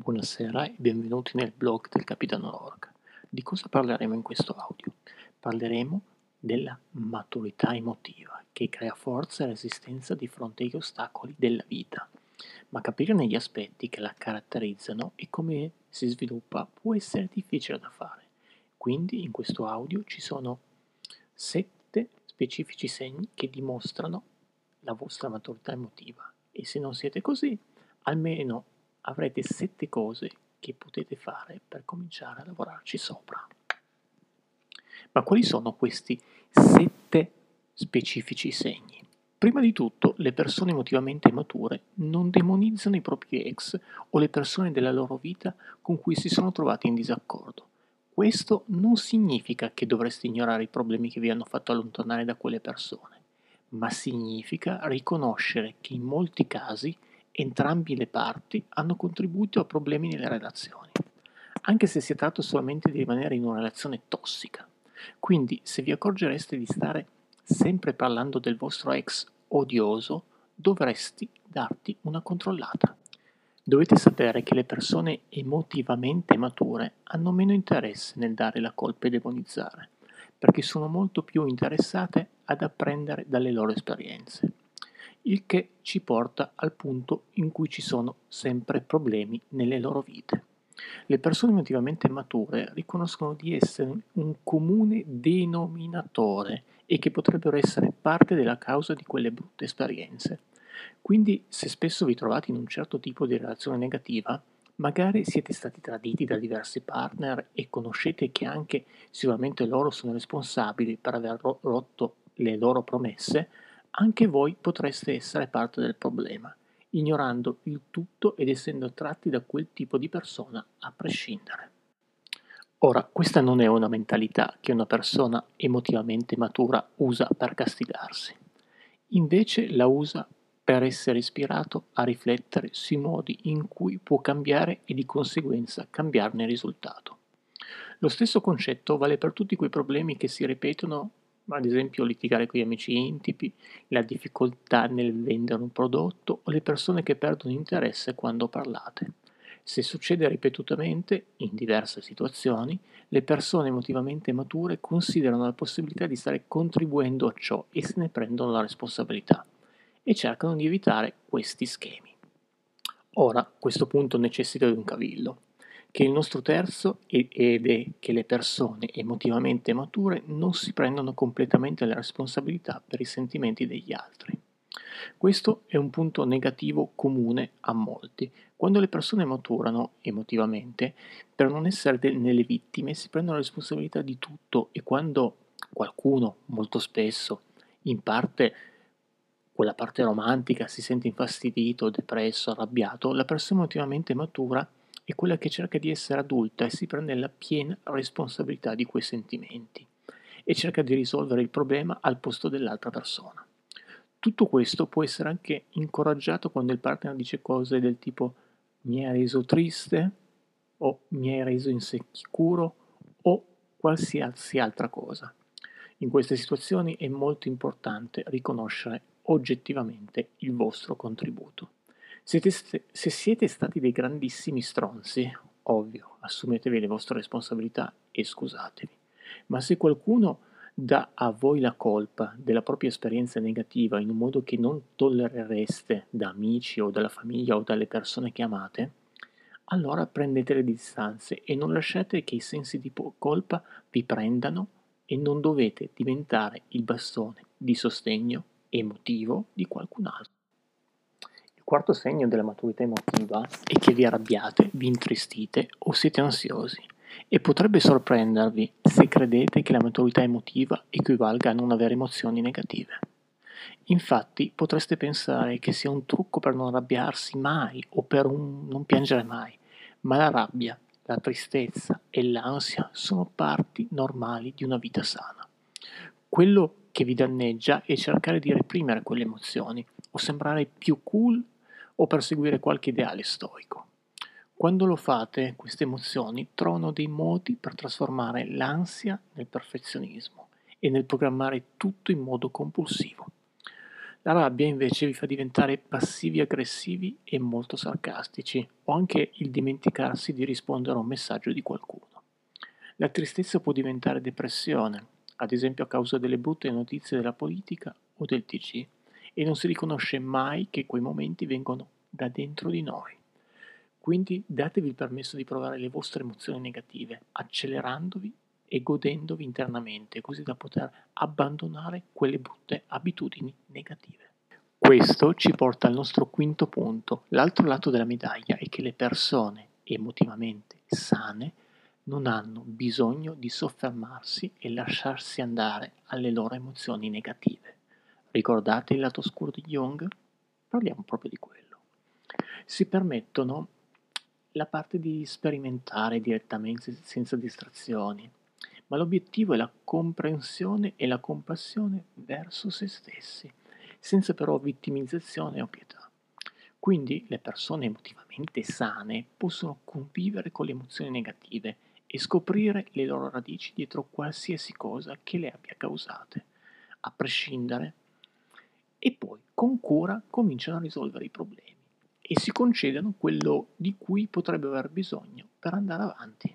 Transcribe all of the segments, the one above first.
Buonasera e benvenuti nel blog del Capitano Lorca. Di cosa parleremo in questo audio? Parleremo della maturità emotiva, che crea forza e resistenza di fronte agli ostacoli della vita. Ma capire gli aspetti che la caratterizzano e come si sviluppa può essere difficile da fare. Quindi in questo audio ci sono 7 specifici segni che dimostrano la vostra maturità emotiva. E se non siete così, almeno avrete 7 cose che potete fare per cominciare a lavorarci sopra. Ma quali sono questi 7 specifici segni? Prima di tutto, le persone emotivamente mature non demonizzano i propri ex o le persone della loro vita con cui si sono trovati in disaccordo. Questo non significa che dovreste ignorare i problemi che vi hanno fatto allontanare da quelle persone, ma significa riconoscere che in molti casi entrambi le parti hanno contribuito a problemi nelle relazioni, anche se si tratta solamente di rimanere in una relazione tossica. Quindi, se vi accorgereste di stare sempre parlando del vostro ex odioso, dovresti darti una controllata. Dovete sapere che le persone emotivamente mature hanno meno interesse nel dare la colpa e demonizzare, perché sono molto più interessate ad apprendere dalle loro esperienze, il che ci porta al punto in cui ci sono sempre problemi nelle loro vite. Le persone emotivamente mature riconoscono di essere un comune denominatore e che potrebbero essere parte della causa di quelle brutte esperienze. Quindi, se spesso vi trovate in un certo tipo di relazione negativa, magari siete stati traditi da diversi partner e conoscete che anche sicuramente loro sono responsabili per aver rotto le loro promesse, anche voi potreste essere parte del problema, ignorando il tutto ed essendo attratti da quel tipo di persona a prescindere. Ora, questa non è una mentalità che una persona emotivamente matura usa per castigarsi. Invece la usa per essere ispirato a riflettere sui modi in cui può cambiare e di conseguenza cambiarne il risultato. Lo stesso concetto vale per tutti quei problemi che si ripetono, ad esempio litigare con gli amici intimi, la difficoltà nel vendere un prodotto o le persone che perdono interesse quando parlate. Se succede ripetutamente, in diverse situazioni, le persone emotivamente mature considerano la possibilità di stare contribuendo a ciò e se ne prendono la responsabilità e cercano di evitare questi schemi. Ora, questo punto necessita di un cavillo, che il nostro terzo ed è che le persone emotivamente mature non si prendono completamente la responsabilità per i sentimenti degli altri. Questo è un punto negativo comune a molti. Quando le persone maturano emotivamente, per non essere nelle vittime, si prendono la responsabilità di tutto e quando qualcuno, molto spesso, in parte quella parte romantica, si sente infastidito, depresso, arrabbiato, la persona emotivamente matura è quella che cerca di essere adulta e si prende la piena responsabilità di quei sentimenti e cerca di risolvere il problema al posto dell'altra persona. Tutto questo può essere anche incoraggiato quando il partner dice cose del tipo mi hai reso triste o mi hai reso insicuro o qualsiasi altra cosa. In queste situazioni è molto importante riconoscere oggettivamente il vostro contributo. Se siete stati dei grandissimi stronzi, ovvio, assumetevi le vostre responsabilità e scusatevi. Ma se qualcuno dà a voi la colpa della propria esperienza negativa in un modo che non tollerereste da amici o dalla famiglia o dalle persone che amate, allora prendete le distanze e non lasciate che i sensi di colpa vi prendano e non dovete diventare il bastone di sostegno emotivo di qualcun altro. Il quarto segno della maturità emotiva è che vi arrabbiate, vi intristite o siete ansiosi e potrebbe sorprendervi se credete che la maturità emotiva equivalga a non avere emozioni negative. Infatti potreste pensare che sia un trucco per non arrabbiarsi mai o per non piangere mai, ma la rabbia, la tristezza e l'ansia sono parti normali di una vita sana. Quello che vi danneggia è cercare di reprimere quelle emozioni o sembrare più cool o perseguire qualche ideale stoico. Quando lo fate, queste emozioni trovano dei modi per trasformare l'ansia nel perfezionismo e nel programmare tutto in modo compulsivo. La rabbia invece vi fa diventare passivi-aggressivi e molto sarcastici, o anche il dimenticarsi di rispondere a un messaggio di qualcuno. La tristezza può diventare depressione, ad esempio a causa delle brutte notizie della politica o del TG, e non si riconosce mai che quei momenti vengono da dentro di noi. Quindi datevi il permesso di provare le vostre emozioni negative, accelerandovi e godendovi internamente, così da poter abbandonare quelle brutte abitudini negative. Questo ci porta al nostro quinto punto. L'altro lato della medaglia è che le persone emotivamente sane non hanno bisogno di soffermarsi e lasciarsi andare alle loro emozioni negative. Ricordate il lato oscuro di Jung? Parliamo proprio di quello. Si permettono la parte di sperimentare direttamente senza distrazioni, ma l'obiettivo è la comprensione e la compassione verso se stessi, senza però vittimizzazione o pietà. Quindi le persone emotivamente sane possono convivere con le emozioni negative e scoprire le loro radici dietro qualsiasi cosa che le abbia causate, a prescindere, e poi con cura cominciano a risolvere i problemi e si concedono quello di cui potrebbero aver bisogno per andare avanti.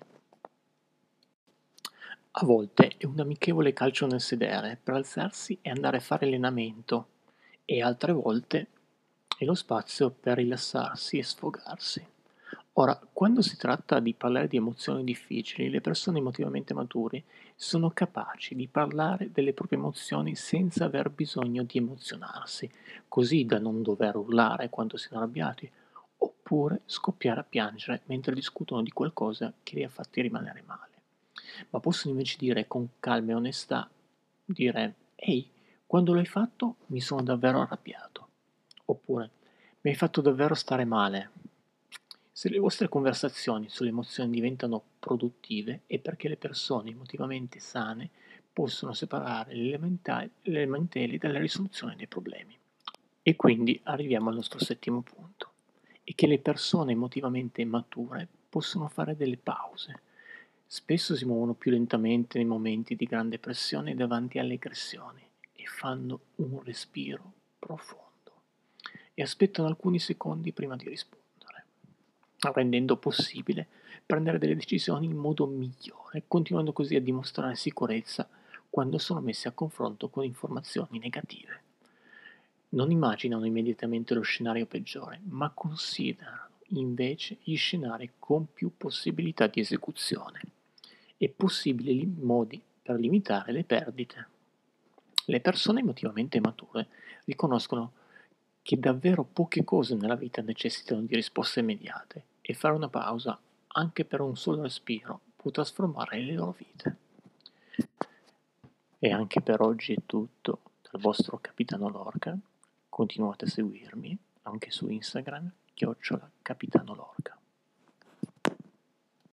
A volte è un amichevole calcio nel sedere per alzarsi e andare a fare allenamento, e altre volte è lo spazio per rilassarsi e sfogarsi. Ora, quando si tratta di parlare di emozioni difficili, le persone emotivamente mature sono capaci di parlare delle proprie emozioni senza aver bisogno di emozionarsi, così da non dover urlare quando si sono arrabbiati, oppure scoppiare a piangere mentre discutono di qualcosa che li ha fatti rimanere male. Ma possono invece dire con calma e onestà, dire: ehi, quando l'hai fatto mi sono davvero arrabbiato. Oppure, mi hai fatto davvero stare male. Se le vostre conversazioni sulle emozioni diventano produttive è perché le persone emotivamente sane possono separare le lamentele dalla risoluzione dei problemi. E quindi arriviamo al nostro settimo punto, è che le persone emotivamente mature possono fare delle pause. Spesso si muovono più lentamente nei momenti di grande pressione davanti alle aggressioni e fanno un respiro profondo e aspettano alcuni secondi prima di rispondere, rendendo possibile prendere delle decisioni in modo migliore, continuando così a dimostrare sicurezza quando sono messi a confronto con informazioni negative. Non immaginano immediatamente lo scenario peggiore, ma considerano invece gli scenari con più possibilità di esecuzione e possibili modi per limitare le perdite. Le persone emotivamente mature riconoscono che davvero poche cose nella vita necessitano di risposte immediate e fare una pausa, anche per un solo respiro, può trasformare le loro vite. E anche per oggi è tutto dal vostro Capitano Lorca. Continuate a seguirmi anche su Instagram, @Capitano Lorca.